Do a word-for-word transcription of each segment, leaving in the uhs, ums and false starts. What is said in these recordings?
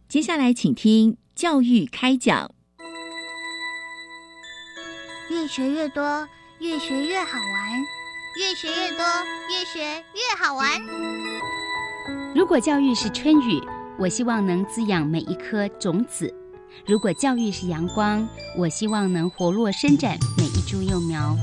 接下来请听教育开讲。 越学越多，越学越好玩，越学越多，越学越好玩。 如果教育是春雨，我希望能滋养每一颗种子；如果教育是阳光，我希望能活络伸展每一株幼苗。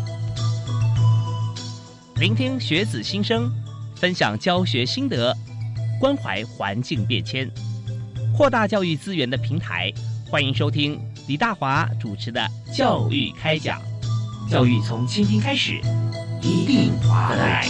聆听学子心声，分享教学心得，关怀环境变迁，扩大教育资源的平台。欢迎收听李大华主持的教育开讲。教育从倾听开始，一定华得来。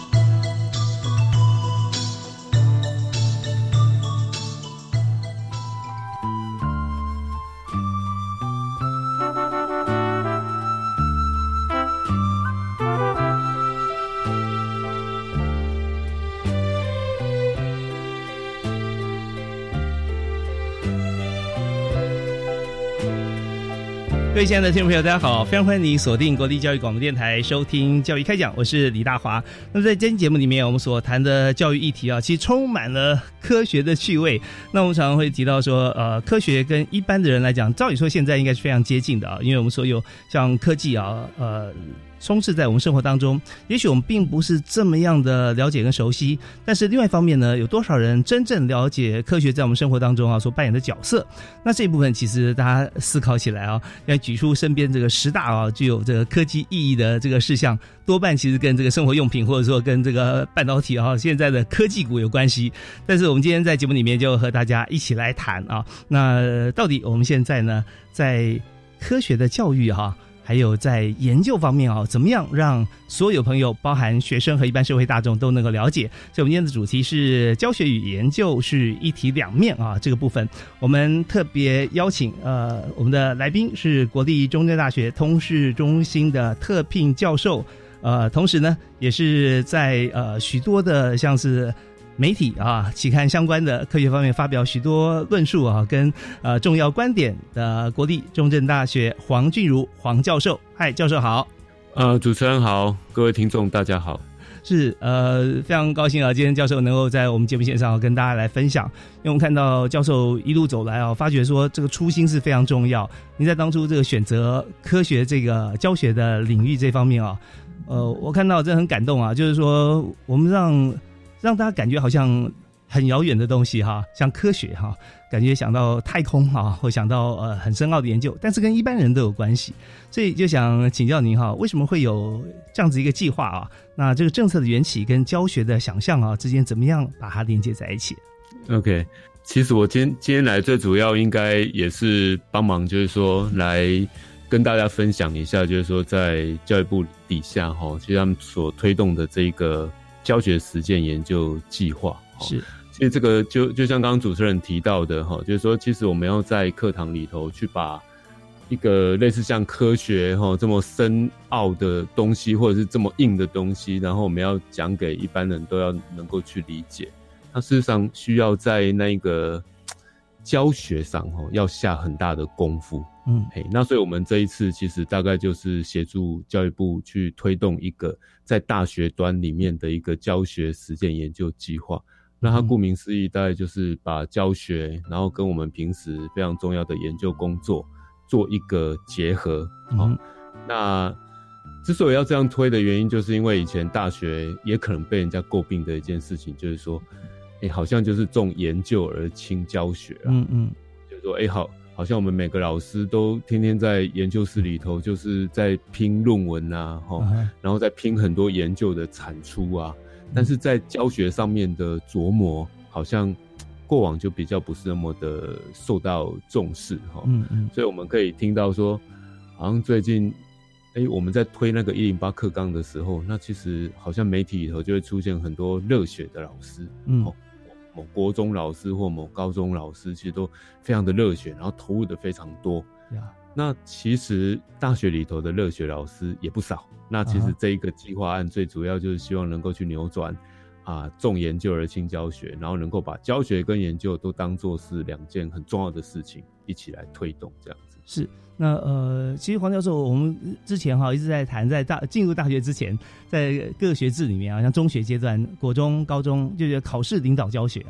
各位亲爱的听众朋友，大家好，非常欢迎你锁定国立教育广播电台收听教育开讲，我是李大华。那么在今天节目里面，我们所谈的教育议题啊，其实充满了科学的趣味。那我们常常会提到说，呃，科学跟一般的人来讲，照理说现在应该是非常接近的啊，因为我们所有像科技啊，呃。充斥在我们生活当中，也许我们并不是这么样的了解跟熟悉，但是另外一方面呢，有多少人真正了解科学在我们生活当中啊所扮演的角色？那这一部分其实大家思考起来啊，要举出身边这个十大啊具有这个科技意义的这个事项，多半其实跟这个生活用品或者说跟这个半导体啊现在的科技股有关系。但是我们今天在节目里面就和大家一起来谈啊，那到底我们现在呢在科学的教育哈、啊。还有在研究方面啊，怎么样让所有朋友，包含学生和一般社会大众都能够了解？所以我们今天的主题是教学与研究是一体两面啊，这个部分我们特别邀请呃我们的来宾是国立中正大学通识中心的特聘教授，呃，同时呢也是在呃许多的像是。媒体啊，期刊相关的科学方面发表许多论述啊，跟呃重要观点的国立中正大学黄俊儒黄教授。嗨，教授好。 呃，主持人好，各位听众大家好。 是呃非常高兴啊，今天教授能够在我们节目线上跟大家来分享，因为我们看到教授一路走来啊，发觉说这个初心是非常重要。您在当初这个选择科学这个教学的领域这方面啊，呃，我看到真的很感动啊，就是说我们让。让大家感觉好像很遥远的东西哈，像科学哈，感觉想到太空哈，或想到呃很深奥的研究，但是跟一般人都有关系，所以就想请教您哈，为什么会有这样子一个计划啊？那这个政策的缘起跟教学的想象啊之间怎么样把它连接在一起 ？OK， 其实我今天今天来最主要应该也是帮忙，就是说来跟大家分享一下，就是说在教育部底下哈，其实他们所推动的这一个。教学实践研究计划是， 其实这个就就像刚刚主持人提到的哈，就是说，其实我们要在课堂里头去把一个类似像科学哈这么深奥的东西，或者是这么硬的东西，然后我们要讲给一般人都要能够去理解。它事实上需要在那个教学上哈要下很大的功夫。嗯，嘿，那所以我们这一次其实大概就是协助教育部去推动一个在大学端里面的一个教学实践研究计划。那它顾名思义，大概就是把教学，然后跟我们平时非常重要的研究工作做一个结合。嗯、哦，那之所以要这样推的原因，就是因为以前大学也可能被人家诟病的一件事情，就是说，哎，好像就是重研究而轻教学啊。嗯嗯，就是说，哎，好。好像我们每个老师都天天在研究室里头，就是在拼论文啊，齁，然后在拼很多研究的产出啊，但是在教学上面的琢磨，好像过往就比较不是那么的受到重视，齁，嗯嗯，所以我们可以听到说，好像最近，哎，我们在推那个一零八课纲的时候，那其实好像媒体里头就会出现很多热血的老师，嗯。某国中老师或某高中老师其实都非常的热血，然后投入的非常多。Yeah. 那其实大学里头的热血老师也不少。那其实这一个计划案最主要就是希望能够去扭转啊重研究而轻教学，然后能够把教学跟研究都当作是两件很重要的事情，一起来推动这样子。 是。那呃，其实黄教授，我们之前哈一直在谈，在大进入大学之前，在各个学制里面啊，像中学阶段、国中、高中，就是考试领导教学啊。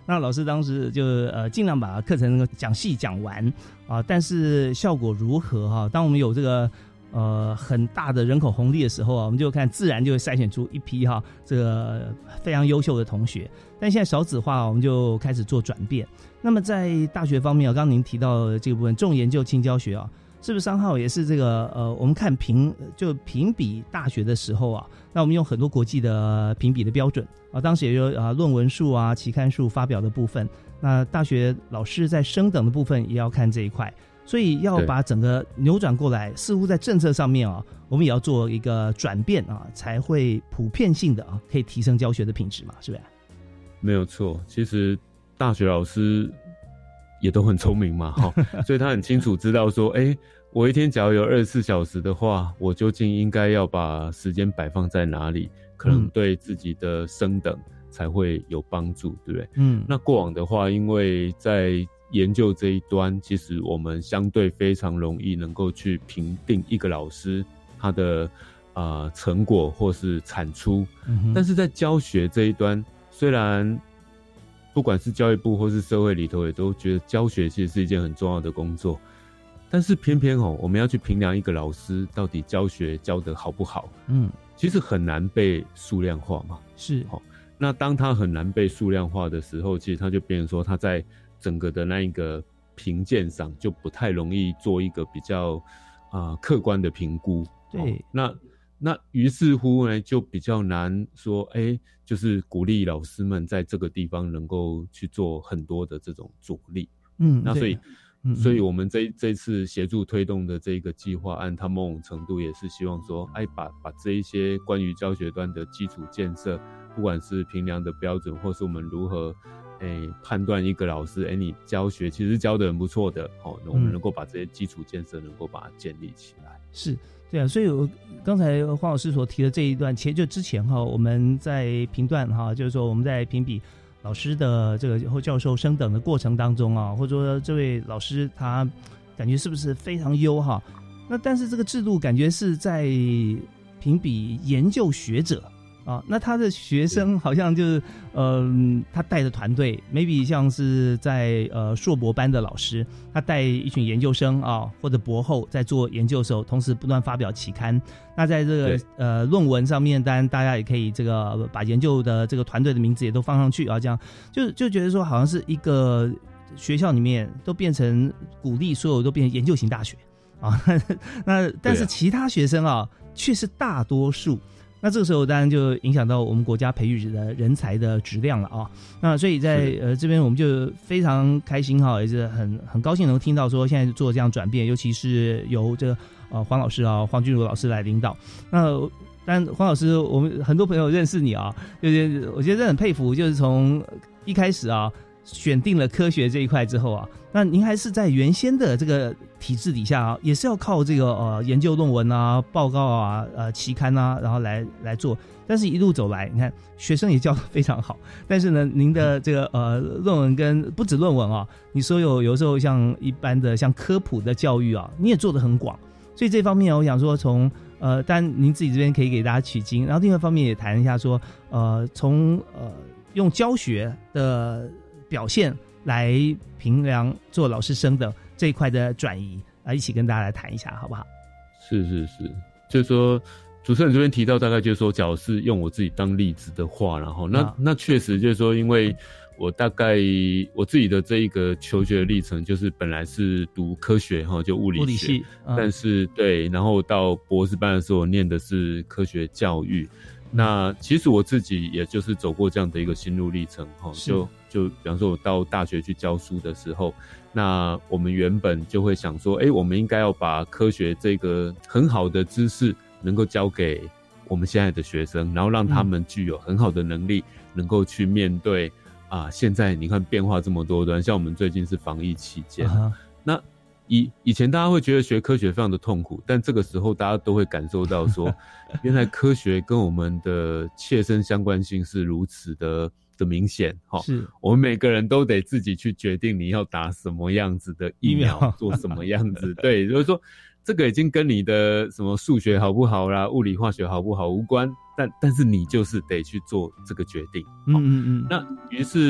那老师当时就呃尽量把课程能够讲细讲完啊，但是效果如何哈、啊？当我们有这个呃很大的人口红利的时候啊，我们就看自然就会筛选出一批哈、啊、这个非常优秀的同学。但现在少子化，我们就开始做转变。那么在大学方面啊，刚刚您提到的这个部分，重研究轻教学啊，是不是商号也是这个呃，我们看评就评比大学的时候啊，那我们用很多国际的评比的标准啊，当时也有啊论文数啊、期刊数发表的部分。那大学老师在升等的部分也要看这一块，所以要把整个扭转过来，似乎在政策上面啊，我们也要做一个转变啊，才会普遍性的啊，可以提升教学的品质嘛，是不是？ 没有错，其实大学老师也都很聪明嘛，所以他很清楚知道说，哎、欸，我一天假如有二十四小时的话，我究竟应该要把时间摆放在哪里，可能对自己的升等才会有帮助，对不对？嗯，那过往的话，因为在研究这一端，其实我们相对非常容易能够去评定一个老师他的呃成果或是产出、嗯，但是在教学这一端，虽然不管是教育部或是社会里头也都觉得教学其实是一件很重要的工作，但是偏偏哦，我们要去评量一个老师到底教学教得好不好，嗯，其实很难被数量化嘛。 是， 好，那当他很难被数量化的时候，其实他就变成说他在整个的那一个评鉴上就不太容易做一个比较啊、呃、客观的评估。 对， 哦、那那于是乎呢，就比较难说，哎、欸，就是鼓励老师们在这个地方能够去做很多的这种着力。嗯，那所以，嗯、所以我们这这次协助推动的这个计划案，它某种程度也是希望说，哎，把把这一些关于教学端的基础建设，不管是评量的标准，或是我们如何。欸、判断一个老师，哎、欸，你教学其实教得很不错的，哦，我们能够把这些基础建设能够把它建立起来。 嗯、是，对啊，所以我刚才黄老师所提的这一段，其实就之前哈，我们在评断哈，就是说我们在评比老师的这个或教授升等的过程当中啊，或者说这位老师他感觉是不是非常优哈？那但是这个制度感觉是在评比研究学者。啊，那他的学生好像就是，嗯、呃，他带的团队 ，maybe 像是在呃硕博班的老师，他带一群研究生啊，或者博后在做研究的时候，同时不断发表期刊。那在这个呃论文上面，当然大家也可以这个把研究的这个团队的名字也都放上去啊，这样就就觉得说好像是一个学校里面都变成鼓励所有都变成研究型大学啊，那但是其他学生啊却是大多数。那这个时候当然就影响到我们国家培育的人才的质量了啊。那所以在呃这边我们就非常开心哈，也是很很高兴能够听到说现在做这样转变，尤其是由这个呃黄老师啊黄俊儒老师来领导。那但黄老师，我们很多朋友认识你啊，就是我觉得很佩服，就是从一开始啊选定了科学这一块之后啊，那您还是在原先的这个体制底下啊，也是要靠这个呃研究论文啊、报告啊、呃期刊啊，然后来来做。但是一路走来，你看学生也教得非常好，但是呢，您的这个呃论文跟不止论文啊，你所有有时候像一般的像科普的教育啊，你也做得很广。所以这方面我想说从呃，当然您自己这边可以给大家取经，然后另外一方面也谈一下说呃，从呃用教学的表现来评量做老师升等这一块的转移啊，一起跟大家来谈一下好不好？ 是是是，就是说主持人这边提到大概就是说，假如是用我自己当例子的话，然后那、啊、那确实就是说，因为我大概我自己的这一个求学的历程，就是本来是读科学哈，就物理学，物理系啊、但是对，然后到博士班的时候，我念的是科学教育。那其实我自己也就是走过这样的一个心路历程哈，就就比方说我到大学去教书的时候，那我们原本就会想说，哎，我们应该要把科学这个很好的知识能够教给我们现在的学生，然后让他们具有很好的能力，能够去面对啊，现在你看变化这么多端，像我们最近是防疫期间， uh-huh. 那以以前大家会觉得学科学非常的痛苦，但这个时候大家都会感受到说，原来科学跟我们的切身相关性是如此的的明显哈。是，我们每个人都得自己去决定你要打什么样子的疫苗，做什么样子。对，就是说这个已经跟你的什么数学好不好啦、物理化学好不好无关，但但是你就是得去做这个决定。嗯嗯嗯。那于是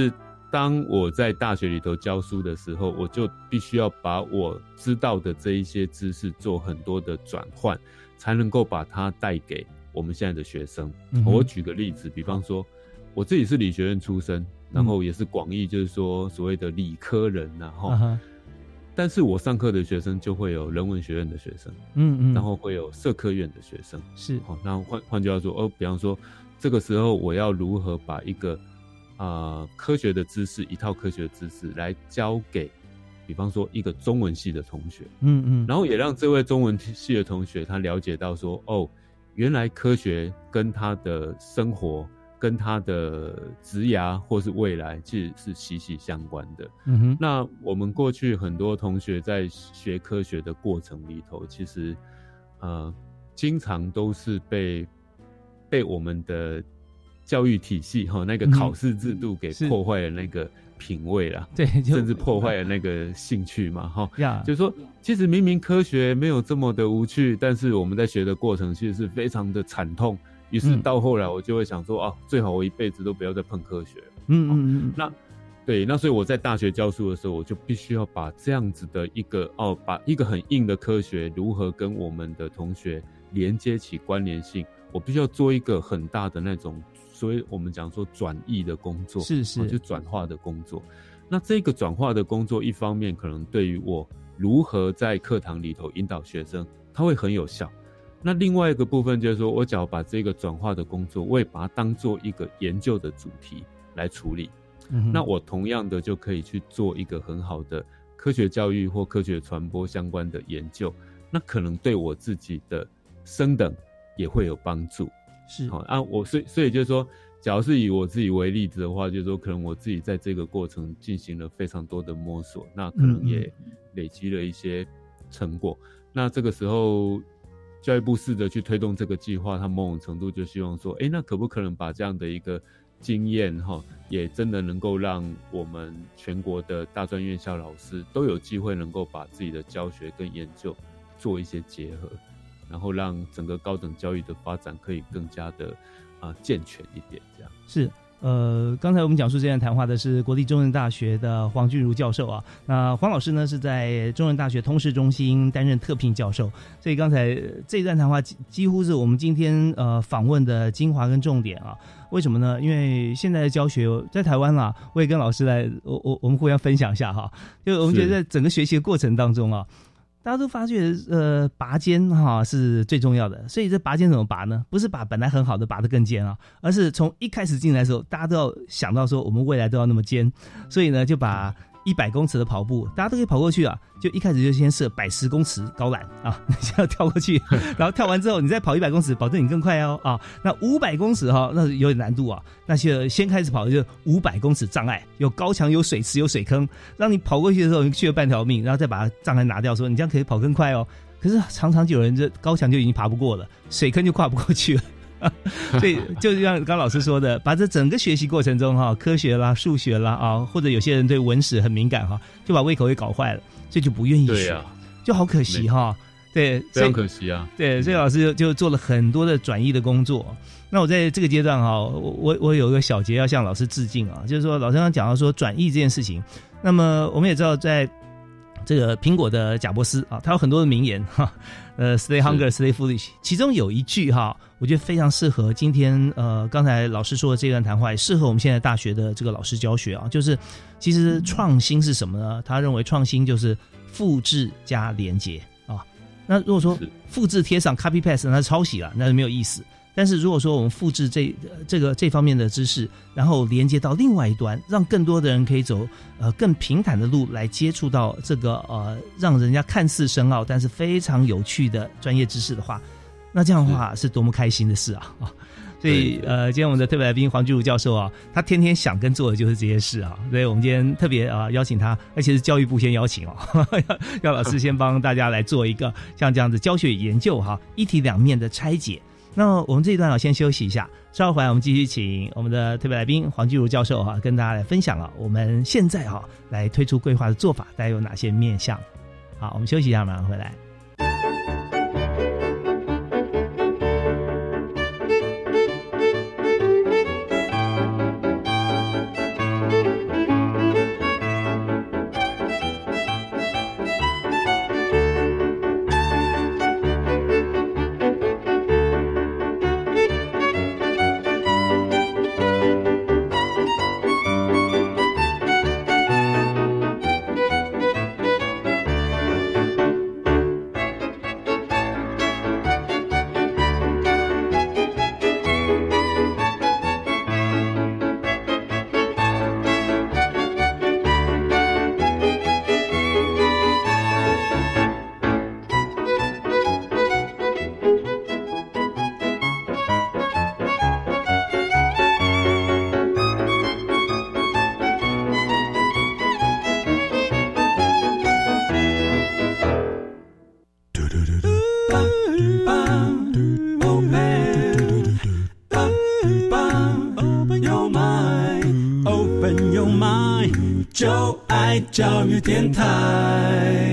当我在大学里头教书的时候，我就必须要把我知道的这一些知识做很多的转换，才能够把它带给我们现在的学生。嗯、我举个例子，比方说我自己是理学院出身，然后也是广义就是说所谓的理科人，然后、嗯、但是我上课的学生就会有人文学院的学生，嗯嗯，然后会有社科院的学生，是，好，那换换句话说，哦，比方说这个时候我要如何把一个呃，科学的知识，一套科学的知识来教给，比方说一个中文系的同学，嗯嗯，然后也让这位中文系的同学他了解到说，哦，原来科学跟他的生活、跟他的职涯或是未来其实是息息相关的。嗯哼，那我们过去很多同学在学科学的过程里头，其实呃，经常都是被被我们的教育体系哈，那个考试制度给破坏了那个品味啦，对，甚至破坏了那个兴趣嘛哈。Yeah. 就是说，其实明明科学没有这么的无趣，但是我们在学的过程其实是非常的惨痛。于是到后来，我就会想说、嗯、啊，最好我一辈子都不要再碰科学。嗯嗯嗯。那对，那所以我在大学教书的时候，我就必须要把这样子的一个哦，把一个很硬的科学如何跟我们的同学连接起关联性，我必须要做一个很大的那种。所以我们讲说转译的工作，是是，就转化的工作。那这个转化的工作，一方面可能对于我如何在课堂里头引导学生，它会很有效。那另外一个部分就是说，我只要把这个转化的工作，我也把它当做一个研究的主题来处理。嗯、那我同样的就可以去做一个很好的科学教育或科学传播相关的研究。那可能对我自己的升等也会有帮助。是好啊，我所以所以就是说，假如是以我自己为例子的话，就是说，可能我自己在这个过程进行了非常多的摸索，那可能也累积了一些成果。嗯嗯，那这个时候，教育部试着去推动这个计划，它某种程度就希望说，哎，那可不可能把这样的一个经验哈，也真的能够让我们全国的大专院校老师都有机会能够把自己的教学跟研究做一些结合。然后让整个高等教育的发展可以更加的啊、呃、健全一点，这样是。呃，刚才我们讲述这段谈话的是国立中正大学的黄俊儒教授啊。那黄老师呢是在中正大学通识中心担任特聘教授，所以刚才这一段谈话几几乎是我们今天呃访问的精华跟重点啊。为什么呢？因为现在的教学在台湾啦，我也跟老师来，我我我们互相分享一下哈。就我们觉得在整个学习的过程当中啊。大家都发觉，呃，拔尖哈是最重要的，所以这拔尖怎么拔呢？不是把本来很好的拔得更尖啊，而是从一开始进来的时候，大家都要想到说，我们未来都要那么尖，所以呢，就把一百公尺的跑步，大家都可以跑过去啊，就一开始就先设百十公尺高栏啊，你就要跳过去，然后跳完之后，你再跑一百公尺，保证你更快哦啊。那五百公尺哈，那有点难度啊，那就先开始跑就五百公尺障碍，有高墙、有水池、有水坑，让你跑过去的时候，你去了半条命，然后再把障碍拿掉，说你这样可以跑更快哦。可是常常就有人这高墙就已经爬不过了，水坑就跨不过去了。所以就像刚老师说的，把这整个学习过程中哈，科学啦、数学啦啊，或者有些人对文史很敏感哈，就把胃口给搞坏了，所以就不愿意学，对啊，就好可惜哈。对， 非常可惜啊。 对，所以老师就就做了很多的转译的工作。那我在这个阶段哈，我我我有一个小节要向老师致敬啊，就是说老师刚刚讲到说转译这件事情，那么我们也知道在这个苹果的贾伯斯啊，他有很多的名言哈，呃 ，Stay hungry, stay foolish。其中有一句哈，我觉得非常适合今天呃刚才老师说的这段谈话，也适合我们现在大学的这个老师教学啊。就是其实创新是什么呢？他认为创新就是复制加连结啊。那如果说复制贴上 copy paste， 那是抄袭了，那就没有意思。但是如果说我们复制这这个这方面的知识，然后连接到另外一端，让更多的人可以走呃更平坦的路来接触到这个呃让人家看似深奥但是非常有趣的专业知识的话，那这样的话是多么开心的事啊！啊，所以呃，今天我们的特别来宾黄俊儒教授啊，他天天想跟做的就是这些事啊，所以我们今天特别啊邀请他，而且是教育部先邀请哦，要要老师先帮大家来做一个像这样子教学研究哈，一体两面的拆解。那我们这一段啊，先休息一下，稍后回来我们继续请我们的特别来宾黄俊儒教授哈、啊，跟大家来分享啊，我们现在哈、啊、来推出规划的做法，大概有哪些面向？好，我们休息一下，马上回来。 教育电台。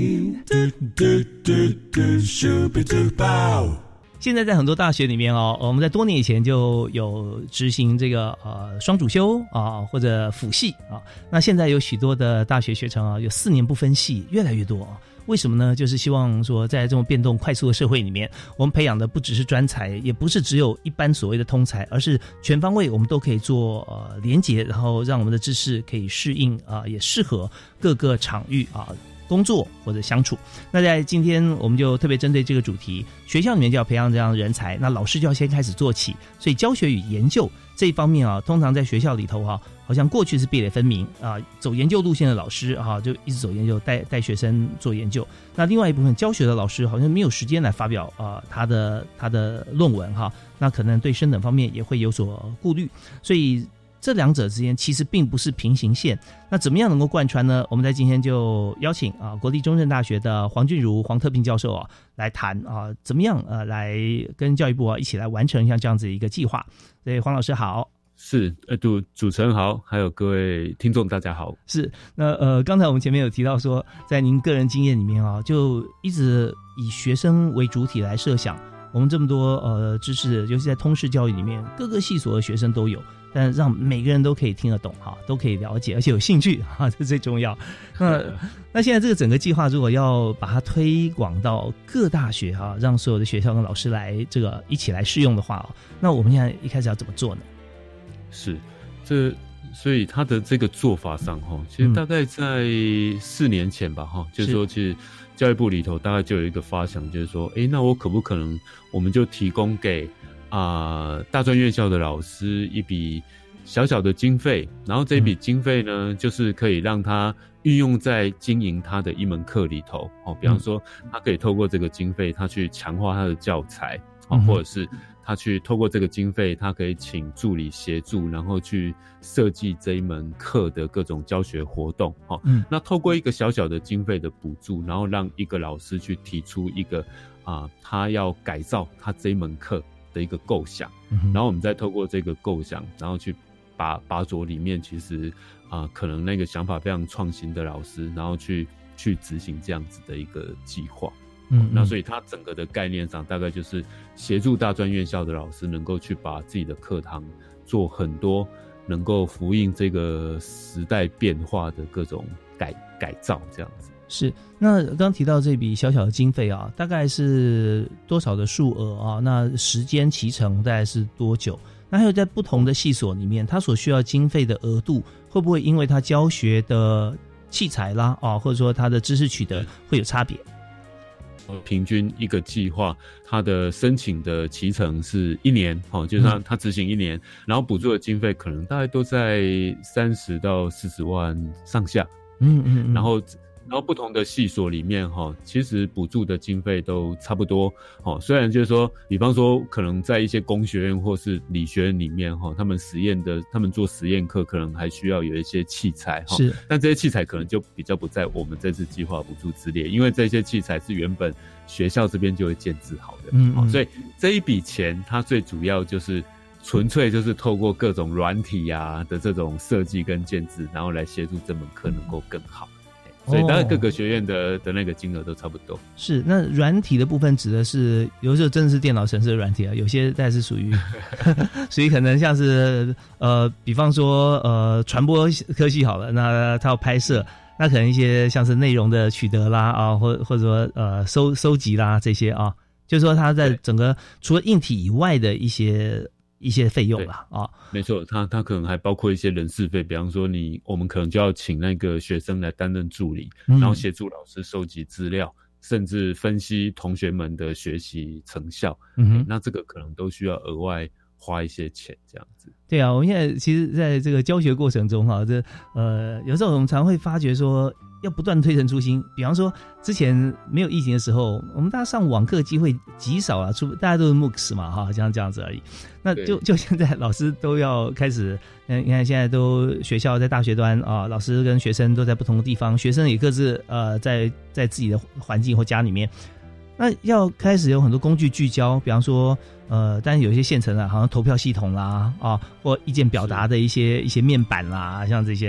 现在在很多大学里面哦，我们在多年以前就有执行这个呃双主修啊、呃、或者辅系啊，那现在有许多的大学学程啊有四年不分系，越来越多啊。为什么呢？就是希望说在这种变动快速的社会里面，我们培养的不只是专才，也不是只有一般所谓的通才，而是全方位我们都可以做呃连结，然后让我们的知识可以适应啊、呃，也适合各个场域啊。工作或者相处。那在今天我们就特别针对这个主题，学校里面就要培养这样的人才，那老师就要先开始做起，所以教学与研究这一方面啊，通常在学校里头哈、啊，好像过去是壁垒分明啊，走研究路线的老师啊，就一直走研究，带带学生做研究。那另外一部分教学的老师好像没有时间来发表啊他的他的论文哈、啊，那可能对升等方面也会有所顾虑，所以这两者之间其实并不是平行线，那怎么样能够贯穿呢？我们在今天就邀请啊国立中正大学的黄俊儒黄特聘教授啊来谈啊怎么样呃来跟教育部啊一起来完成像这样子一个计划。所以黄老师好。 是，呃，主主持人好，还有各位听众大家好。 是，那呃，刚才我们前面有提到说，在您个人经验里面啊，就一直以学生为主体来设想。我们这么多呃知识，尤其在通识教育里面，各个系所的学生都有，但让每个人都可以听得懂哈，都可以了解，而且有兴趣哈，这最重要。那那现在这个整个计划，如果要把它推广到各大学哈，让所有的学校跟老师来这个一起来试用的话，那我们现在一开始要怎么做呢？ 是，这所以他的这个做法上哈，其实大概在四年前吧哈、嗯，就是说其实教育部里头大概就有一个发想，就是说，哎，那我可不可能我们就提供给啊、呃、大专院校的老师一笔小小的经费，然后这笔经费呢、嗯，就是可以让他运用在经营他的一门课里头哦，比方说他可以透过这个经费，他去强化他的教材啊、嗯，或者是他去透过这个经费，他可以请助理协助，然后去设计这一门课的各种教学活动。哦，嗯，那透过一个小小的经费的补助，然后让一个老师去提出一个啊、呃，他要改造他这一门课的一个构想，嗯，然后我们再透过这个构想，然后去把把着里面其实啊、呃，可能那个想法非常创新的老师，然后去去执行这样子的一个计划。嗯，那所以它整个的概念上，大概就是协助大专院校的老师能够去把自己的课堂做很多能够符应这个时代变化的各种改改造，这样子。 是，那刚提到这笔小小的经费啊，大概是多少的数额啊？那时间期程大概是多久？那还有在不同的系所里面，它所需要经费的额度，会不会因为它教学的器材啦啊，或者说它的知识取得会有差别？ 平均一个计划，它的申请的期程是一年，哦，就是它它执行一年，然后补助的经费可能大概都在三十到四十万上下，嗯嗯, 嗯，然后然后不同的系所里面哈，其实补助的经费都差不多，哦，虽然就是说，比方说可能在一些工学院或是理学院里面哈，他们实验的，他们做实验课可能还需要有一些器材哈，是，但这些器材可能就比较不在我们这次计划补助之列，因为这些器材是原本学校这边就会建制好的，嗯, 嗯，所以这一笔钱它最主要就是纯粹就是透过各种软体啊的这种设计跟建制，然后来协助这门课能够更好。所以大概各个学院的、哦、的那个金额都差不多。是，那软体的部分指的是有时候真的是电脑程式的软体啊，有些大概是属于属于可能像是呃，比方说呃传播科系好了，那它要拍摄，那可能一些像是内容的取得啦啊，或或者说呃收收集啦这些啊，就是说它在整个除了硬体以外的一些。一些费用啦啊， 没错，他他可能还包括一些人事费，比方说你我们可能就要请那个学生来担任助理，嗯、然后协助老师收集资料，甚至分析同学们的学习成效。嗯哼，那这个可能都需要额外花一些钱，这样子。 对啊，我们现在其实在这个教学过程中哈，这呃有时候我们常会发觉说。要不断推陈出新，比方说之前没有疫情的时候，我们大家上网课机会极少啊，除大家都是 M O O C 嘛，哈，像这样子而已。那就就现在老师都要开始，嗯，你看现在都学校在大学端啊，老师跟学生都在不同的地方，学生也各自呃在在自己的环境或家里面，那要开始有很多工具聚焦，比方说呃，但是有一些现成的，好像投票系统啦啊，或意见表达的一些一些面板啦，像这些。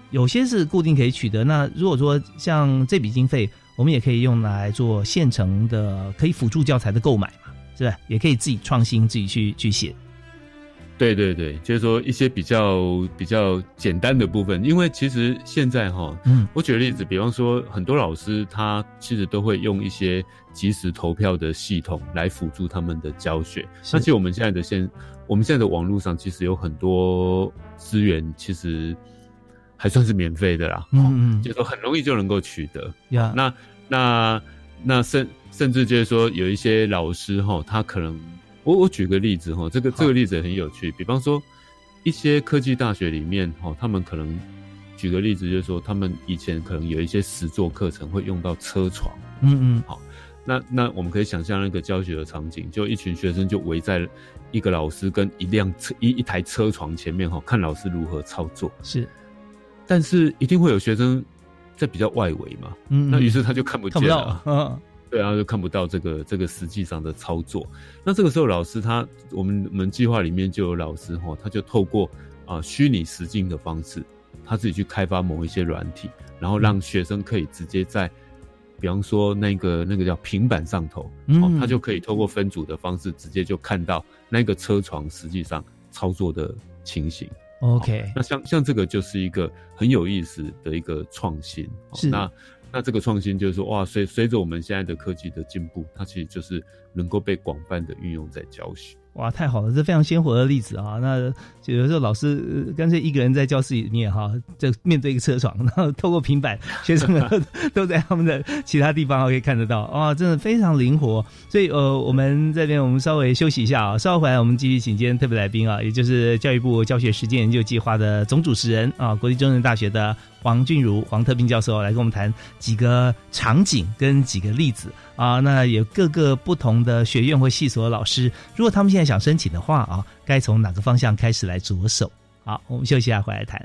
有些是固定可以取得，那如果说像这笔经费，我们也可以用来做现成的可以辅助教材的购买嘛，是吧？也可以自己创新，自己去去写。 对对对，就是说一些比较比较简单的部分，因为其实现在哈，嗯，我举个例子，比方说很多老师他其实都会用一些即时投票的系统来辅助他们的教学。那其实我们现在的现我们现在的网络上其实有很多资源，其实还算是免费的啦，嗯嗯，就是说很容易就能够取得。Yeah. 那那那甚甚至就是说有一些老师哈，他可能。我我举个例子哈，这个这个例子很有趣。比方说，一些科技大学里面哈，他们可能举个例子，就是说，他们以前可能有一些实作课程会用到车床，嗯嗯，好，那那我们可以想象那个教学的场景，就一群学生就围在一个老师跟一辆车一一台车床前面哈，看老师如何操作。是，但是一定会有学生在比较外围嘛，嗯，那于是他就看不见了，看不到，嗯。对啊，就看不到这个这个实际上的操作。那这个时候，老师他我们我们计划里面就有老师哈，他就透过啊、呃、虚拟实境的方式，他自己去开发某一些软体，然后让学生可以直接在，比方说那个那个叫平板上头，嗯、哦，他就可以透过分组的方式，直接就看到那个车床实际上操作的情形。OK，、哦、那像像这个就是一个很有意思的一个创新。是、哦、那。那这个创新就是说，哇，随随着我们现在的科技的进步，它其实就是能够被广泛的运用在教学。哇，太好了，这非常鲜活的例子啊！那有的时候老师、呃、干脆一个人在教室里面哈，就面对一个车床，然后透过平板，学生们都在他们的其他地方可以看得到，哇，真的非常灵活。所以呃，我们这边我们稍微休息一下啊，稍后回来我们继续请今天特别来宾啊，也就是教育部教学实践研究计划的总主持人啊，国立中正大学的黄俊如黄特聘教授来跟我们谈几个场景跟几个例子啊，那有各个不同的学院或系所的老师，如果他们现在想申请的话啊，该从哪个方向开始来着手？好，我们休息一下，回来谈。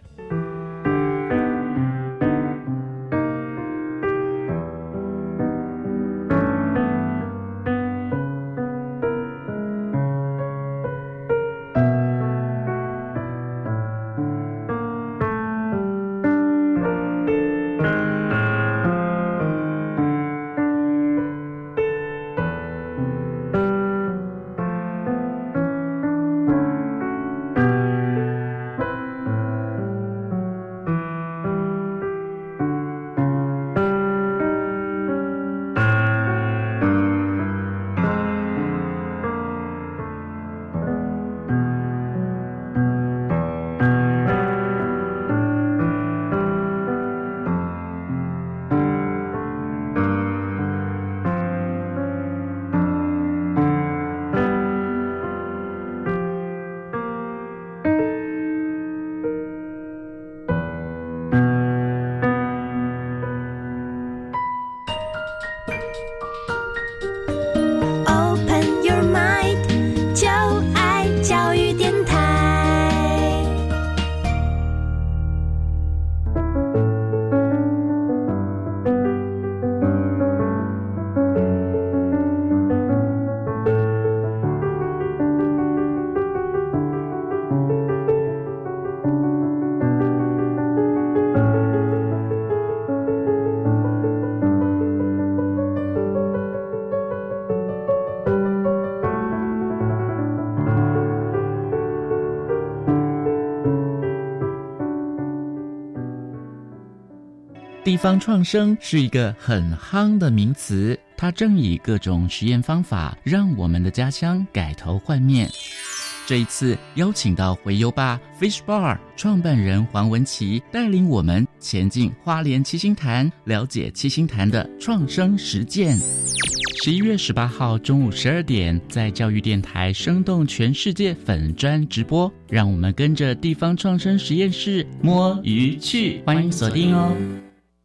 地方创生是一个很夯的名词，它正以各种实验方法让我们的家乡改头换面。这一次邀请到回游吧 Fish Bar 创办人黄文琪，带领我们前进花莲七星潭，了解七星潭的创生实践。十一月十八号中午十二点，在教育电台生动全世界粉专直播，让我们跟着地方创生实验室摸鱼去，欢迎锁定哦。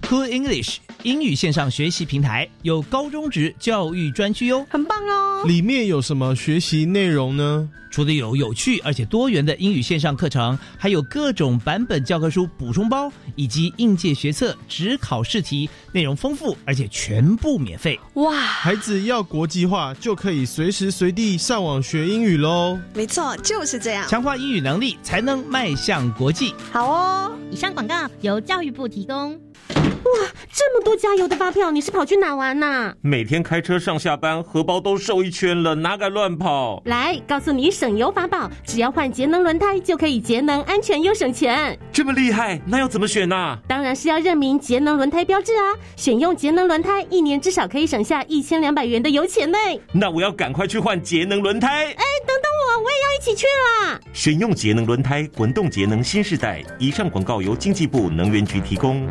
Cool English 英语线上学习平台，有高中职教育专区哦， 很棒哦。 里面有什么学习内容呢？ 除了有有趣而且多元的英语线上课程，还有各种版本教科书补充包，以及应届学测、指考试题，内容丰富而且全部免费。 哇， 孩子要国际化，就可以随时随地上网学英语咯。 没错，就是这样， 强化英语能力才能迈向国际。 好哦。 以上广告由教育部提供。 哇，这么多加油的发票，你是跑去哪玩啊？ 每天开车上下班，荷包都瘦一圈了，哪敢乱跑？ 来，告诉你省油法宝，只要换节能轮胎就可以节能、安全又省钱。 这么厉害，那要怎么选啊？ 当然是要认明节能轮胎标志啊！选用节能轮胎，一年至少可以省下一千两百元的油钱呢。 那我要赶快去换节能轮胎。 哎，等等我，我也要一起去啦！ 选用节能轮胎，滚动节能新世代。以上广告由经济部能源局提供。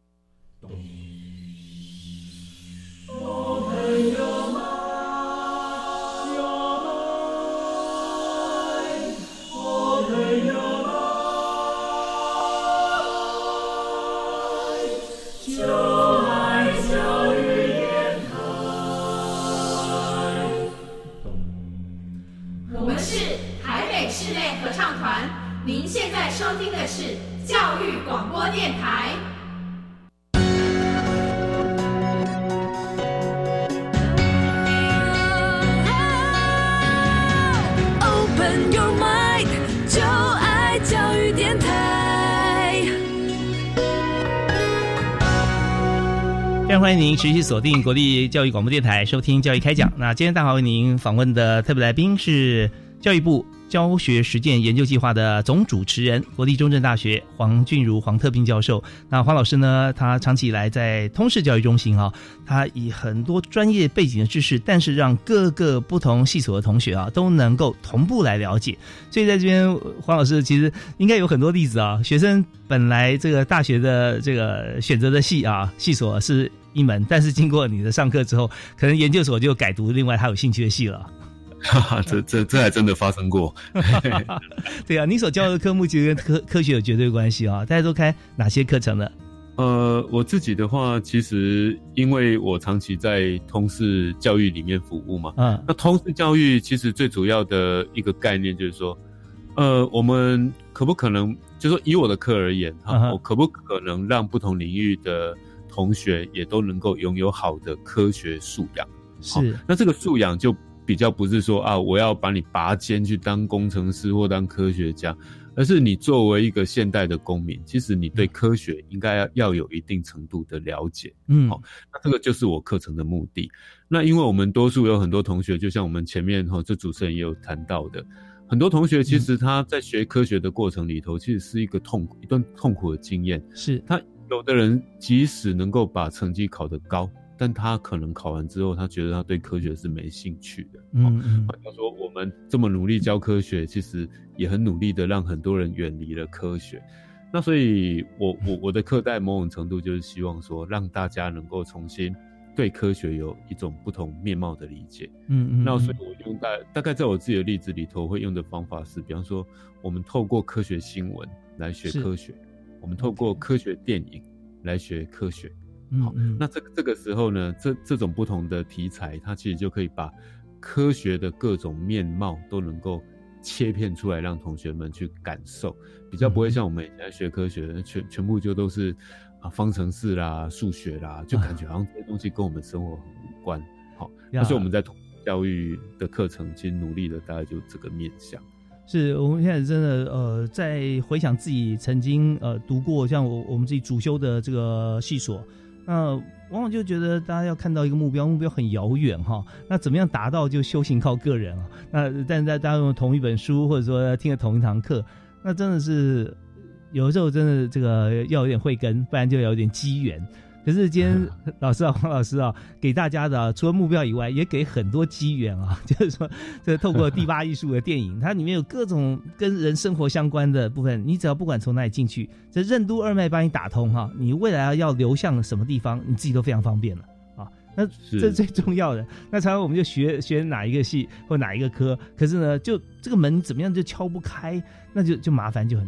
您现在收听的是教育广播电台。Open your mind， 就爱教育电台。 非常欢迎您持续锁定国立教育广播电台，收听教育开讲。那今天大华为您访问的特别来宾是教育部教学实践研究计划的总主持人，国立中正大学黄俊如黄特聘教授。那黄老师呢，他长期以来在通识教育中心啊，他以很多专业背景的知识，但是让各个不同系所的同学啊都能够同步来了解。所以在这边，黄老师其实应该有很多例子啊，学生本来这个大学的这个选择的系啊系所是一门，但是经过你的上课之后，可能研究所就改读另外他有兴趣的系了。 哈哈，这这这还真的发生过。 对啊，你所教的科目其实跟科科学有绝对关系啊。大家都开哪些课程呢？ 呃，我自己的话，其实因为我长期在通识教育里面服务嘛，嗯，那通识教育其实最主要的一个概念就是说，呃，我们可不可能，就是说以我的课而言哈、嗯，我可不可能让不同领域的同学也都能够拥有好的科学素养？ 是， 那这个素养就比较不是说啊，我要把你拔尖去当工程师或当科学家，而是你作为一个现代的公民，其实你对科学应该要要有一定程度的了解。嗯，好，那这个就是我课程的目的。那因为我们多数有很多同学，就像我们前面哈这主持人也有谈到的，很多同学其实他在学科学的过程里头，其实是一个痛苦一段痛苦的经验。 是他有的人即使能够把成绩考得高，但他可能考完之后，他觉得他对科学是没兴趣的。嗯嗯，他说我们这么努力教科学，其实也很努力的让很多人远离了科学。那所以我我我的课在某种程度就是希望说，让大家能够重新对科学有一种不同面貌的理解。嗯嗯，那所以我用大大概在我自己的例子里头会用的方法是，比方说我们透过科学新闻来学科学，我们透过科学电影来学科学。好，那这个这个时候呢，这这种不同的题材，它其实就可以把科学的各种面貌都能够切片出来，让同学们去感受，比较不会像我们以前学科学，全全部就都是啊方程式啦、数学啦，就感觉好像这些东西跟我们生活很无关。好，那所以我们在教育的课程，其实努力的大概就这个面向。 是我们现在真的呃，在回想自己曾经呃读过像我我们自己主修的这个系所。那往往就觉得大家要看到一个目标，目标很遥远哈。那怎么样达到，就修行靠个人啊。那但是大家用同一本书，或者说听了同一堂课，那真的是有的时候真的这个要有点慧根，不然就有点机缘。可是今天老师啊，黄老师啊，给大家的、啊、除了目标以外，也给很多机缘啊。就是说，这透过第八艺术的电影，它里面有各种跟人生活相关的部分，你只要不管从哪里进去，这任督二脉帮你打通哈，你未来要流向什么地方，你自己都非常方便了啊。那这是最重要的。那常常我们就学学哪一个系或哪一个科，可是呢，就这个门怎么样就敲不开，那就就麻烦就很大。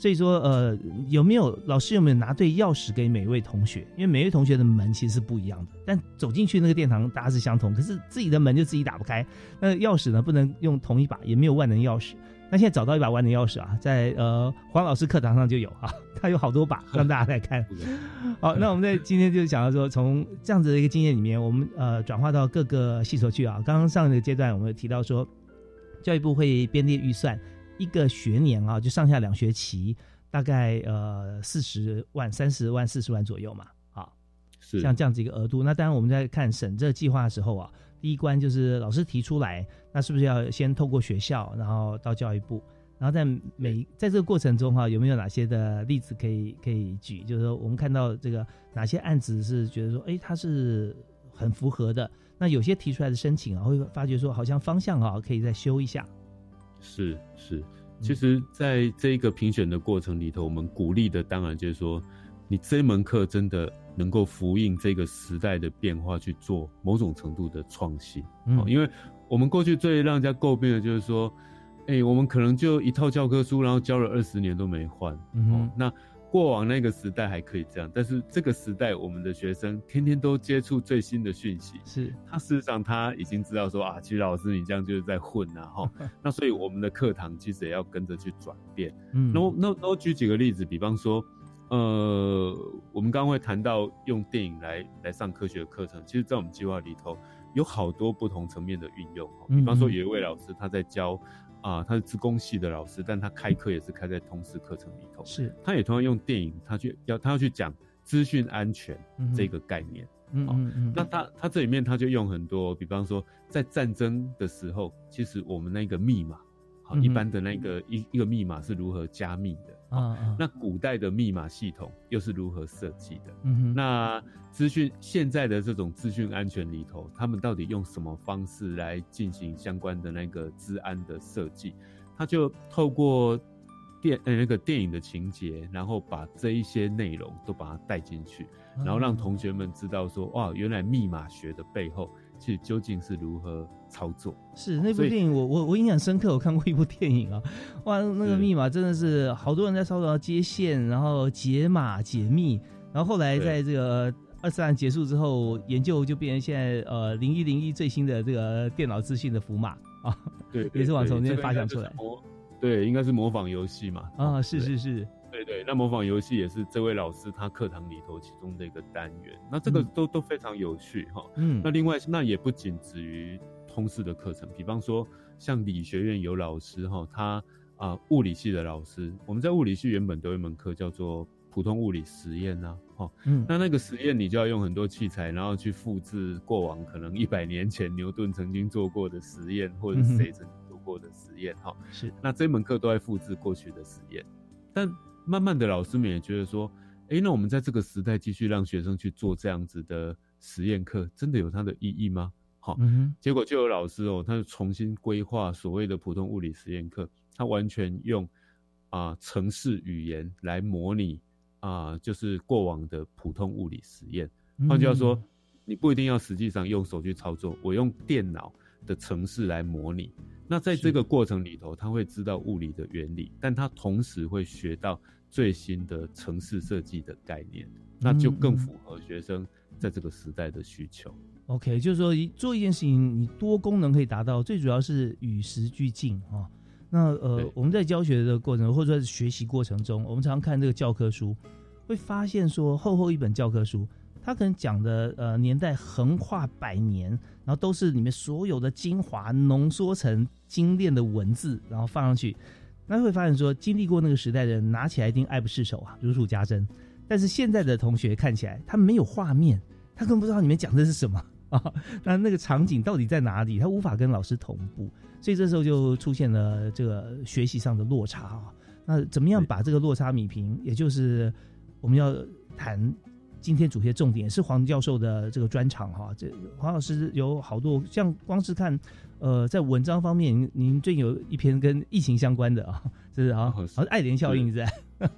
所以说呃，有没有老师有没有拿对钥匙给每位同学？因为每位同学的门其实是不一样的，但走进去那个殿堂大家是相同，可是自己的门就自己打不开。那钥匙呢不能用同一把，也没有万能钥匙。那现在找到一把万能钥匙啊，在呃黄老师课堂上就有啊，他有好多把让大家来看。好，那我们在今天就想要说，从这样子的一个经验里面，我们呃转化到各个系所去啊。刚刚上一个阶段我们有提到说，教育部会编列预算。一个学年啊，就上下两学期，大概呃四十万、三十万、四十万左右嘛，啊，是像这样子一个额度。那当然我们在看审这计划的时候啊，第一关就是老师提出来，那是不是要先透过学校，然后到教育部，然后在每在这个过程中哈、啊，有没有哪些的例子可以可以举？就是说我们看到这个哪些案子是觉得说，哎，它是很符合的。那有些提出来的申请啊，会发觉说好像方向啊可以再修一下。 是是，其实在这一个评选的过程里头，我们鼓励的当然就是说，你这门课真的能够符应这个时代的变化去做某种程度的创新。嗯哦、因为我们过去最让人家诟病的就是说，哎、欸，我们可能就一套教科书，然后教了二十年都没换。嗯、哦，那过往那个时代还可以这样，但是这个时代我们的学生天天都接触最新的讯息，是他事实上他已经知道说啊，其实老师你这样就是在混啊齁那所以我们的课堂其实也要跟着去转变。嗯，那我那那我举几个例子，比方说呃我们刚刚会谈到用电影来来上科学课程，其实在我们计划里头有好多不同层面的运用。比方说有一位老师他在教啊，他是资工系的老师，但他开课也是开在通识课程里头。是，他也同样用电影，他去要他要去讲资讯安全这个概念。嗯嗯嗯。那他他这里面他就用很多，比方说在战争的时候，其实我们那个密码，好、嗯，一般的那个一一个密码是如何加密的。啊、嗯，那古代的密码系统又是如何设计的？嗯哼，那资讯现在的这种资讯安全里头，他们到底用什么方式来进行相关的那个资安的设计？他就透过电呃那个电影的情节，然后把这一些内容都把它带进去，然后让同学们知道说，哇，原来密码学的背后其实究竟是如何操作。是那部电影我我我印象深刻，我看过一部电影啊，哇，那个密码真的是好多人在操作接线，然后解码解密，然后后来在这个二次大战结束之后，研究就变成现在呃零一零一最新的这个电脑资讯的符码啊，对，也是往从那边发想出来。对，应该是模仿游戏嘛。啊，是是是，对对。那模仿游戏也是这位老师他课堂里头其中的一个单元。那这个都、嗯、都非常有趣哈。嗯。那另外，那也不仅止于通识的课程，比方说像理学院有老师哈，他啊、呃、物理系的老师，我们在物理系原本都有一门课叫做普通物理实验啊，哈。嗯。那那个实验你就要用很多器材，然后去复制过往可能一百年前牛顿曾经做过的实验，或者谁曾经做过的实验哈。是。那这门课都在复制过去的实验，但慢慢的老师们也觉得说，哎、欸，那我们在这个时代继续让学生去做这样子的实验课，真的有它的意义吗？好、嗯，结果就有老师哦，他就重新规划所谓的普通物理实验课，他完全用啊、呃、程式语言来模拟啊、呃，就是过往的普通物理实验。换句话说，你不一定要实际上用手去操作，我用电脑的程式来模拟。那在这个过程里头，他会知道物理的原理，但他同时会学到最新的程式设计的概念，那就更符合学生在这个时代的需求。OK， 就是说做一件事情，你多功能可以达到，最主要是与时俱进啊。那呃，我们在教学的过程或者说学习过程中，我们常常看这个教科书，会发现说厚厚一本教科书，它可能讲的呃年代横跨百年，然后都是里面所有的精华浓缩成精炼的文字，然后放上去，那会发现说经历过那个时代的人拿起来一定爱不释手啊，如数家珍。但是现在的同学看起来他没有画面，他根本不知道你们讲的是什么啊，那那个场景到底在哪里，他无法跟老师同步，所以这时候就出现了这个学习上的落差啊。那怎么样把这个落差弭平，也就是我们要谈今天主题的重点，是黄教授的这个专场哈。这黄老师有好多，像光是看，呃，在文章方面，您最近有一篇跟疫情相关的啊，这是啊，好像爱莲效应在。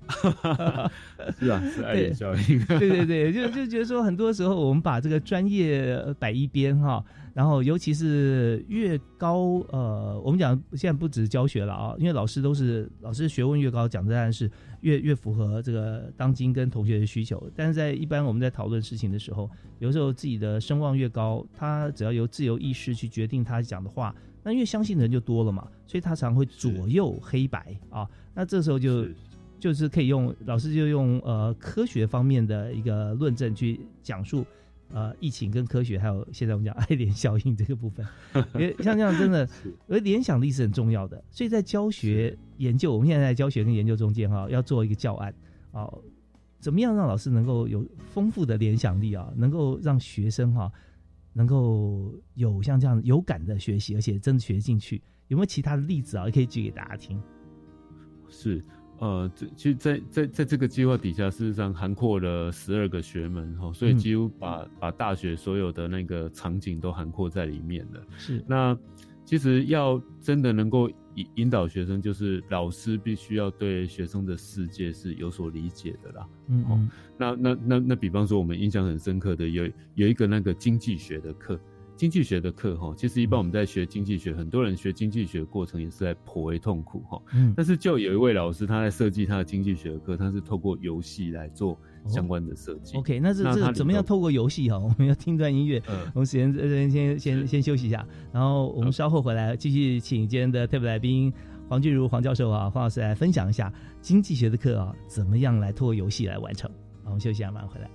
是啊，是爱莲效应。 对对对，就就觉得说，很多时候我们把这个专业摆一边哈，然后尤其是越高，呃，我们讲现在不只是教学了啊，因为老师都是老师学问越高，讲的当然是越越符合这个当今跟同学的需求。但是在一般我们在讨论事情的时候，有时候自己的声望越高，他只要由自由意识去决定他讲的话，那因为相信的人就多了嘛，所以他常会左右黑白啊。那这时候就。就是可以用老师就用呃科学方面的一个论证去讲述呃疫情跟科学，还有现在我们讲爱莲效应这个部分，因为像这样真的，而联想力是很重要的，所以在教学研究，我们现在在教学跟研究中间哈，要做一个教案啊，怎么样让老师能够有丰富的联想力啊，能够让学生哈能够有像这样有感的学习，而且真的学进去，有没有其他的例子啊？也可以举给大家听。 是。呃，这其实在，在在在这个计划底下，事实上涵括了十二个学门哈，所以几乎把、嗯、把大学所有的那个场景都涵括在里面了。 是， 那其实要真的能够引引导学生，就是老师必须要对学生的世界是有所理解的啦。 嗯嗯、哦， 那那那那，比方说我们印象很深刻的有有一个那个经济学的课。经济学的课哈，其实一般我们在学经济学，很多人学经济学的过程也是在颇为痛苦哈。嗯，但是就有一位老师，他在设计他的经济学的课，他是透过游戏来做相关的设计。 哦、OK， 那这这怎么样透过游戏哈？我们要听段音乐，嗯、我们先先先先先休息一下，然后我们稍后回来继续请今天的特别来宾黄俊如黄教授啊，黄老师来分享一下经济学的课啊，怎么样来透过游戏来完成。好，我们休息一下，马上回来。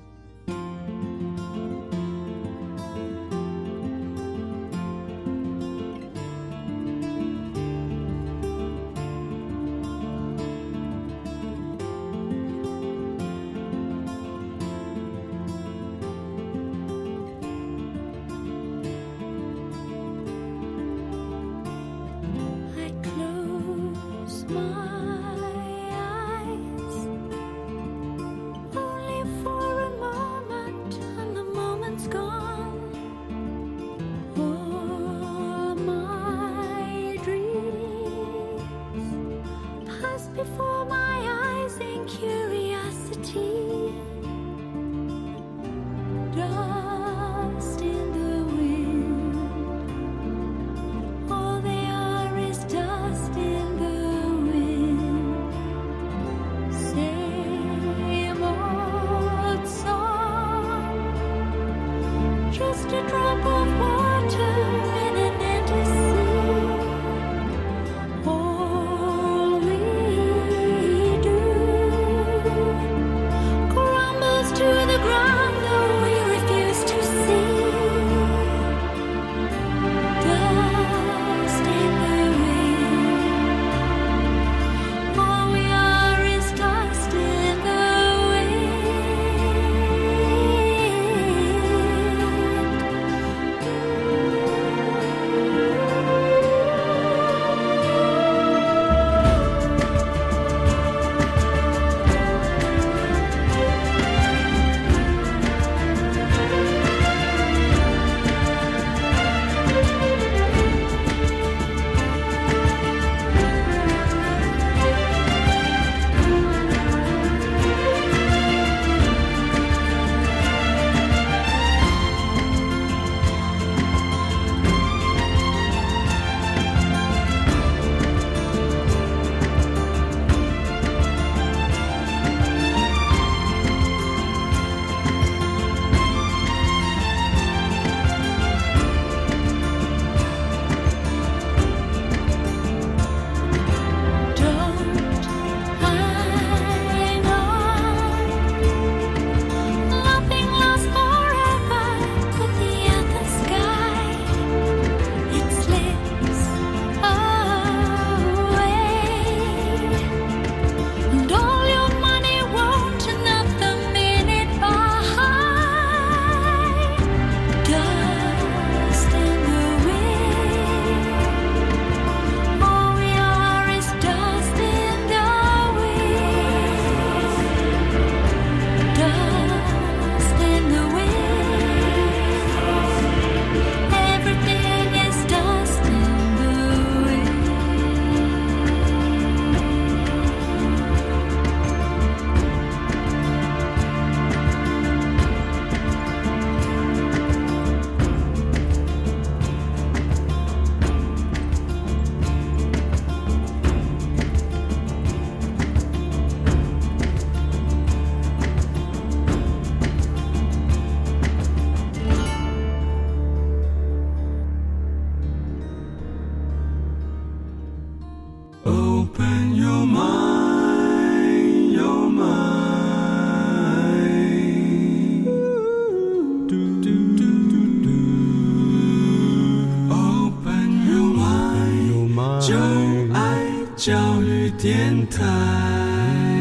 教育电台。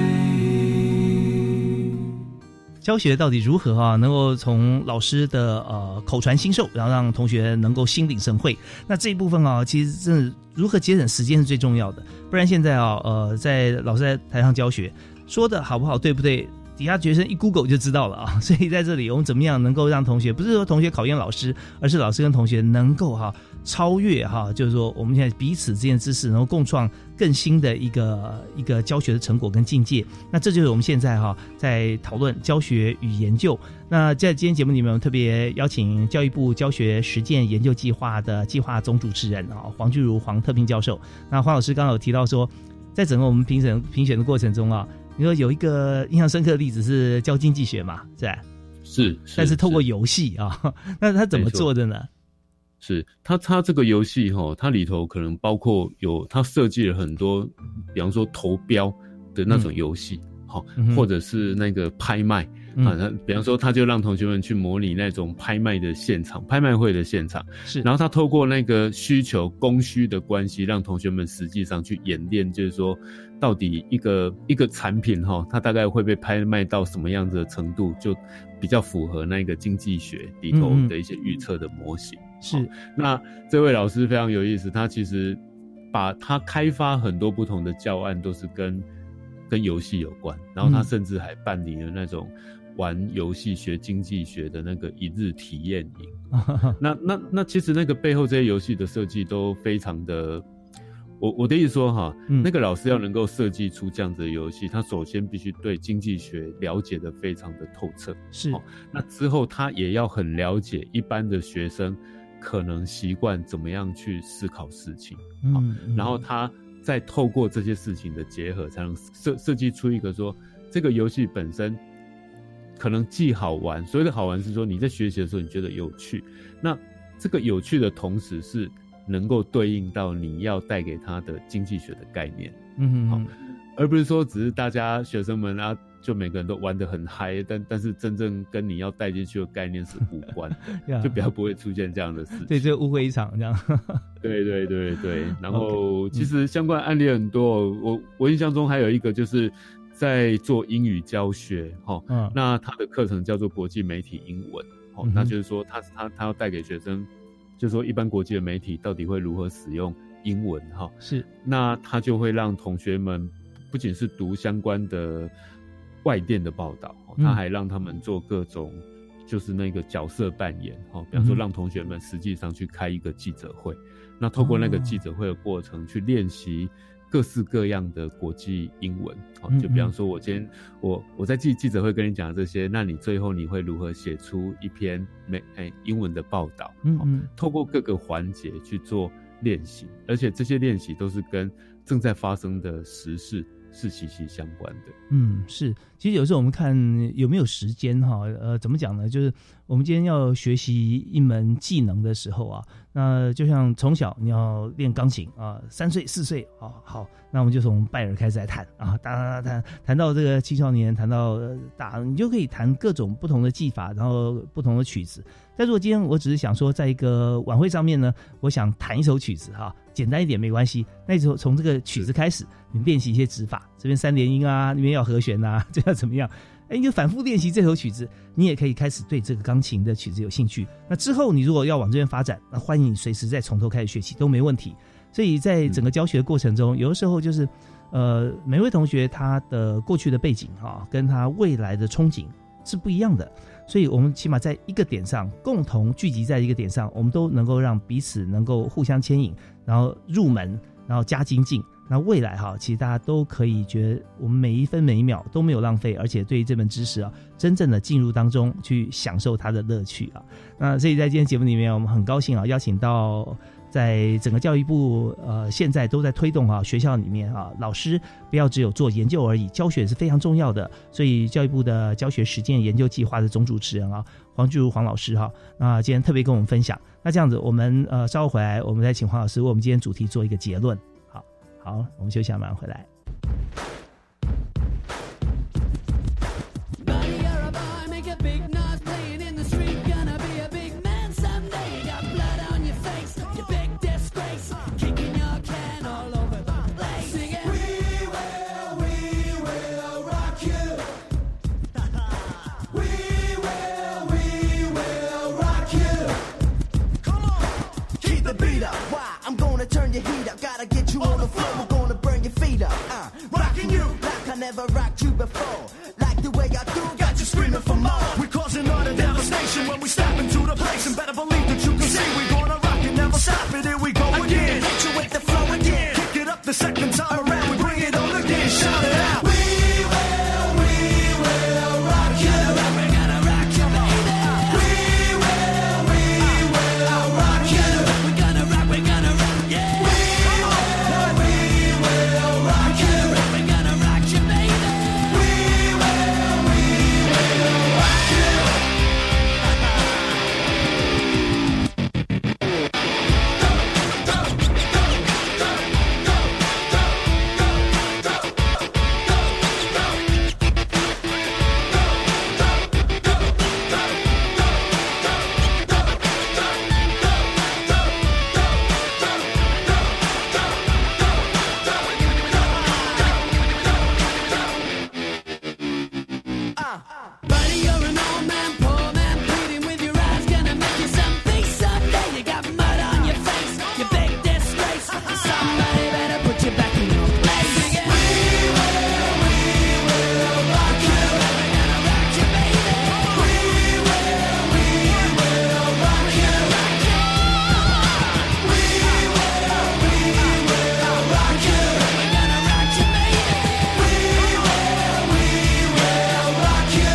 教学到底如何啊？能够从老师的呃口传心授，然后让同学能够心领神会。那这一部分啊，其实真的如何节省时间是最重要的。不然现在啊，呃，在老师在台上教学，说的好不好，对不对？底下学生一 Google 就知道了啊。所以在这里，我们怎么样能够让同学，不是说同学考验老师，而是老师跟同学能够哈、啊、超越哈、啊，就是说我们现在彼此之间的知识，能够共创更新的一个一个教学的成果跟境界。那这就是我们现在哈、啊、在讨论教学与研究。那在今天节目里面，我们特别邀请教育部教学实践研究计划的计划总主持人啊黄巨如黄特聘教授。那黄老师刚刚有提到说，在整个我们评审评选的过程中啊，你说有一个印象深刻的例子是教经济学嘛，是吧？ 是，是但是透过游戏啊，那他怎么做的呢？ 是他他这个游戏哈，它里头可能包括有他设计了很多，比方说投标的那种游戏，好、嗯，或者是那个拍卖。嗯、啊，他比方说，他就让同学们去模拟那种拍卖的现场、拍卖会的现场，是。然后他透过那个需求供需的关系，让同学们实际上去演练，就是说，到底一个一个产品哈，它大概会被拍卖到什么样子的程度，就比较符合那个经济学里头的一些预测的模型。嗯嗯是。那这位老师非常有意思，他其实把他开发很多不同的教案，都是跟跟游戏有关，然后他甚至还办理了那种玩游戏学经济学的那个一日体验营。那那那其实那个背后这些游戏的设计都非常的，我我的意思说哈、嗯，那个老师要能够设计出这样子的游戏，他首先必须对经济学了解的非常的透彻，是、哦。那之后他也要很了解一般的学生可能习惯怎么样去思考事情，嗯，哦、然后他再透过这些事情的结合，才能设设计出一个说这个游戏本身可能既好玩，所谓的好玩是说你在学习的时候你觉得有趣，那这个有趣的同时是能够对应到你要带给他的经济学的概念，嗯哼哼，而不是说只是大家学生们啊就每个人都玩得很嗨，但但是真正跟你要带进去的概念是无关的，就比较不会出现这样的事情。 对，就误会一场这样。 对对对对，然后其实相关案例很多，我我印象中还有一个就是在做英语教学，齁、嗯，那他的课程叫做国际媒体英文，齁、嗯，那就是说他他他要带给学生，就是说一般国际的媒体到底会如何使用英文，齁，是，那他就会让同学们不仅是读相关的外电的报道，他还让他们做各种就是那个角色扮演，比方说让同学们实际上去开一个记者会，那透过那个记者会的过程去练习各式各样的国际英文，就比方说我今天我我在记记者会跟你讲这些，那你最后你会如何写出一篇美哎英文的报道，嗯嗯，透过各个环节去做练习，而且这些练习都是跟正在发生的时事是息息相关的。 嗯，是。其实有时候我们看有没有时间哈，呃，怎么讲呢？就是我们今天要学习一门技能的时候啊，那就像从小你要练钢琴啊，三岁四岁啊，好，那我们就从拜耳开始来弹啊，弹弹弹弹到这个青少年，弹到大，你就可以弹各种不同的技法，然后不同的曲子。但如果今天我只是想说，在一个晚会上面呢，我想弹一首曲子哈，简单一点没关系。那时候从这个曲子开始，你练习一些指法，这边三连音啊，那边要和弦啊，这要怎么样？哎，你就反复练习这首曲子，你也可以开始对这个钢琴的曲子有兴趣。那之后你如果要往这边发展，那欢迎你随时再从头开始学习都没问题。所以在整个教学的过程中，有的时候就是，呃，每位同学他的过去的背景哈，跟他未来的憧憬是不一样的。所以我们起码在一个点上共同聚集在一个点上，我们都能够让彼此能够互相牵引，然后入门，然后加精进。那未来哈，其实大家都可以觉得我们每一分每一秒都没有浪费，而且对于这门知识啊，真正的进入当中去享受它的乐趣啊。那所以在今天节目里面，我们很高兴啊，邀请到在整个教育部呃现在都在推动啊，学校里面啊，老师不要只有做研究而已，教学是非常重要的。所以教育部的教学实践研究计划的总主持人啊，黄巨如黄老师哈，那今天特别跟我们分享。那这样子，我们呃稍后回来，我们再请黄老师为我们今天主题做一个结论。好，好，我们休息一下，马上回来。 Sing it. before. Like the way I do, got you screaming for more. We're causing all the devastation when we step into the place. And better believe that you can see we're gonna rock it, never stop it. Here we go again. Hit you with the flow again. Kick it up the second time around. We bring it on again. Shout it out. We will, we will rock you. We're gonna rock you, baby. We will, we will rock you. We're gonna rock, we're gonna rock, yeah. We will, we will rock you. We're gonna rock you, baby. We will, we will rock you. Buddy, you're an old man, poor man, pleading with your eyes, gonna make you something someday. You got mud on your face, you big disgrace. Somebody better put you back in your place. Sing it. We will, we will rock you. We're gonna rock you, baby. We will, we will rock you. We will, we will rock you. We're gonna rock you, baby. We will, we will rock you.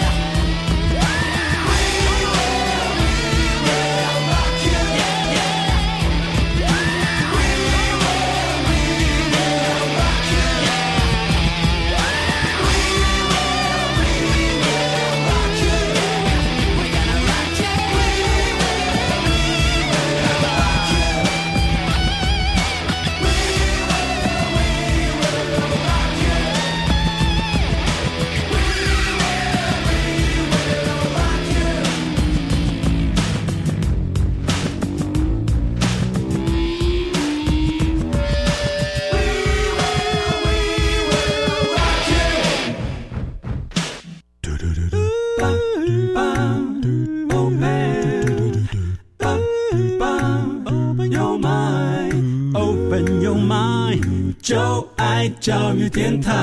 Open your mind, open your mind， 就爱教育电台。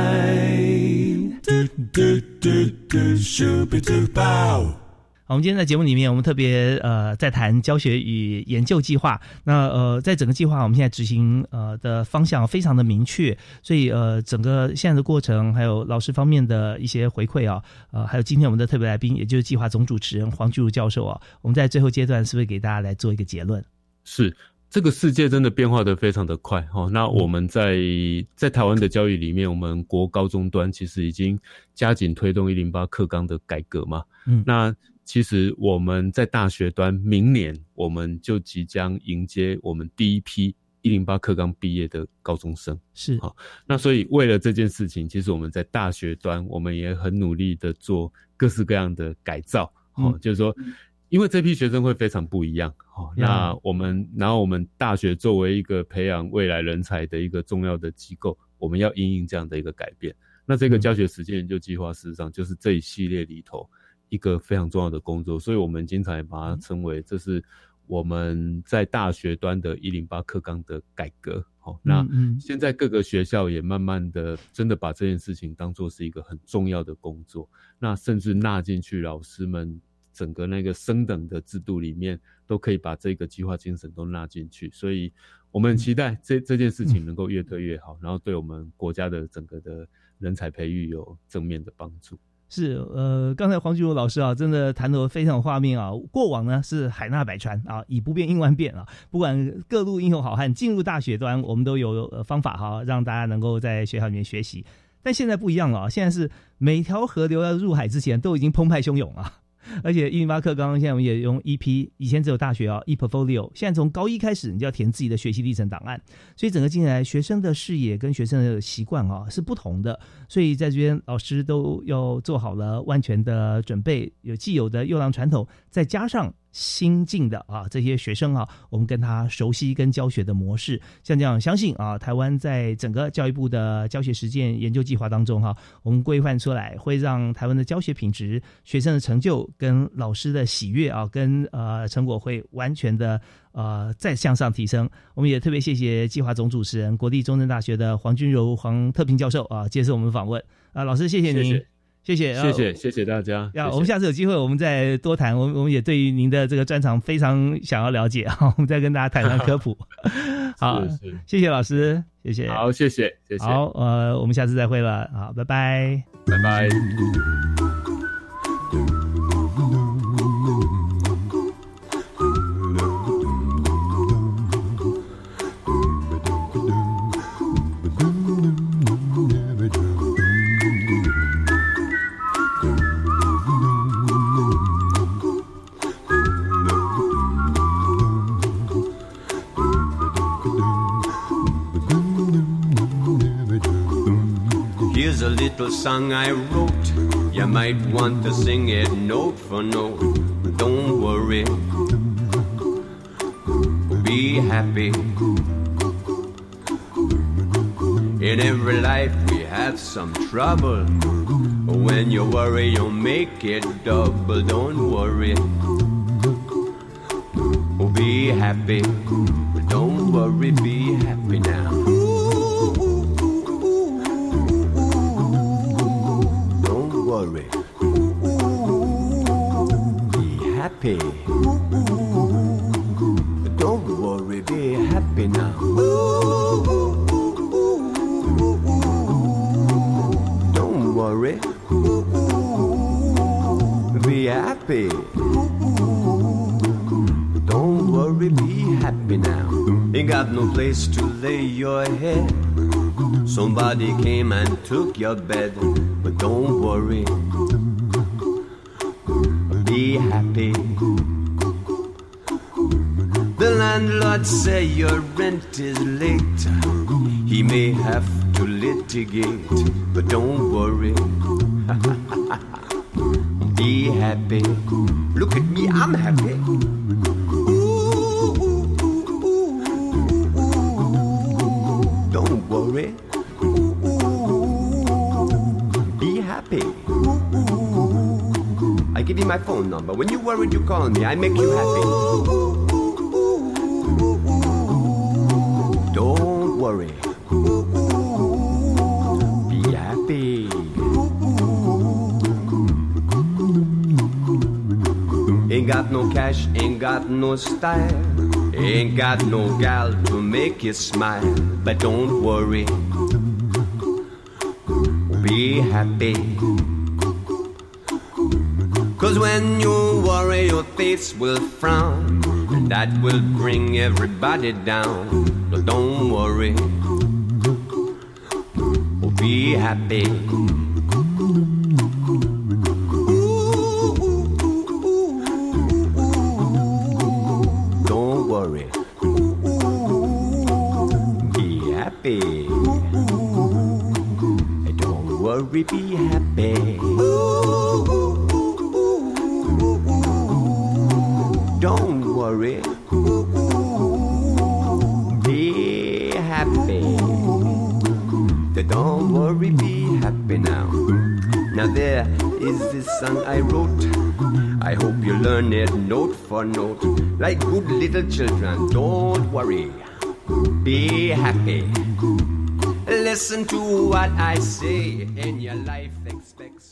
我们今天在节目里面，我们特别呃在谈教学与研究计划。那呃，在整个计划，我们现在执行呃的方向非常的明确，所以呃整个现在的过程，还有老师方面的一些回馈啊，呃，还有今天我们的特别来宾，也就是计划总主持人黄巨如教授啊，我们在最后阶段是不是给大家来做一个结论？ 是。这个世界真的变化得非常的快齁，那我们在在台湾的教育里面，我们国高中端其实已经加紧推动一零八课纲的改革嘛。嗯，那其实我们在大学端，明年我们就即将迎接我们第一批一零八课纲毕业的高中生。 是， 好，那所以为了这件事情，其实我们在大学端，我们也很努力的做各式各样的改造。哦、嗯，就是说。因为这批学生会非常不一样，哦，那我们，然后我们大学作为一个培养未来人才的一个重要的机构，我们要因应这样的一个改变。那这个教学实践研究计划，事实上就是这一系列里头一个非常重要的工作，所以我们经常也把它称为这是我们在大学端的一零八课纲的改革。好，那现在各个学校也慢慢的真的把这件事情当作是一个很重要的工作，那甚至纳进去老师们整个那个升等的制度里面，都可以把这个计划精神都纳进去，所以我们很期待这这件事情能够越推越好，然后对我们国家的整个的人才培育有正面的帮助。 是，呃，刚才黄巨如老师啊，真的谈得非常有画面啊。过往呢是海纳百川啊，以不变应万变啊。不管各路英雄好汉进入大学端，我们都有、呃、方法哈、啊，让大家能够在学校里面学习。但现在不一样了啊，现在是每条河流要入海之前都已经澎湃汹涌啊。而且一零八课纲现在我们也用 E P， 以前只有大学啊 E-Portfolio， 现在从高一开始你就要填自己的学习历程档案，所以整个进来学生的视野跟学生的习惯啊是不同的，所以在这边老师都要做好了万全的准备，有既有的优良传统，再加上新进的啊这些学生啊，我们跟他熟悉跟教学的模式，像这样相信啊，台湾在整个教育部的教学实践研究计划当中哈、啊，我们规范出来，会让台湾的教学品质、学生的成就跟老师的喜悦啊，跟呃成果会完全的呃再向上提升。我们也特别谢谢计划总主持人国立中正大学的黄君柔黄特平教授啊，接受我们访问啊，老师谢谢您。谢谢谢谢谢谢谢谢大家。 要我们下次有机会，我们再多谈。我们我们也对于您的这个专长非常想要了解啊，我们再跟大家谈谈科普。好，谢谢老师，谢谢。 好，谢谢谢谢。 好，呃，我们下次再会了。好，拜拜， 拜拜。 Here's a little song I wrote. You might want to sing it note for note. Don't worry, be happy. In every life we have some trouble. When you worry, you'll make it double. Don't worry, be happy. Don't worry, be happy now. Worry. Be happy. Don't worry, be happy now. Don't worry. Be happy. Don't worry, be happy now. Ain't got no place to lay your head. Somebody came and took your bed. But don't worry, be happy. The landlord say your rent is late. He may have to litigate, but don't worry, be happy. Look at me, I'm happy. Don't worry, happy. I give you my phone number. When you're worried, you call me. I make you happy. Don't worry. Be happy. Ain't got no cash, ain't got no style. Ain't got no gal to make you smile. But don't worry, be happy. Cause when you worry, your face will frown, and that will bring everybody down. But don't worry, be happy. Don't worry, be happy. Worry, be happy. Don't worry, be happy. Don't worry, be happy now. Now there is this song I wrote. I hope you learn it note for note. Like good little children, don't worry, be happy. Listen to what I say, and your life expects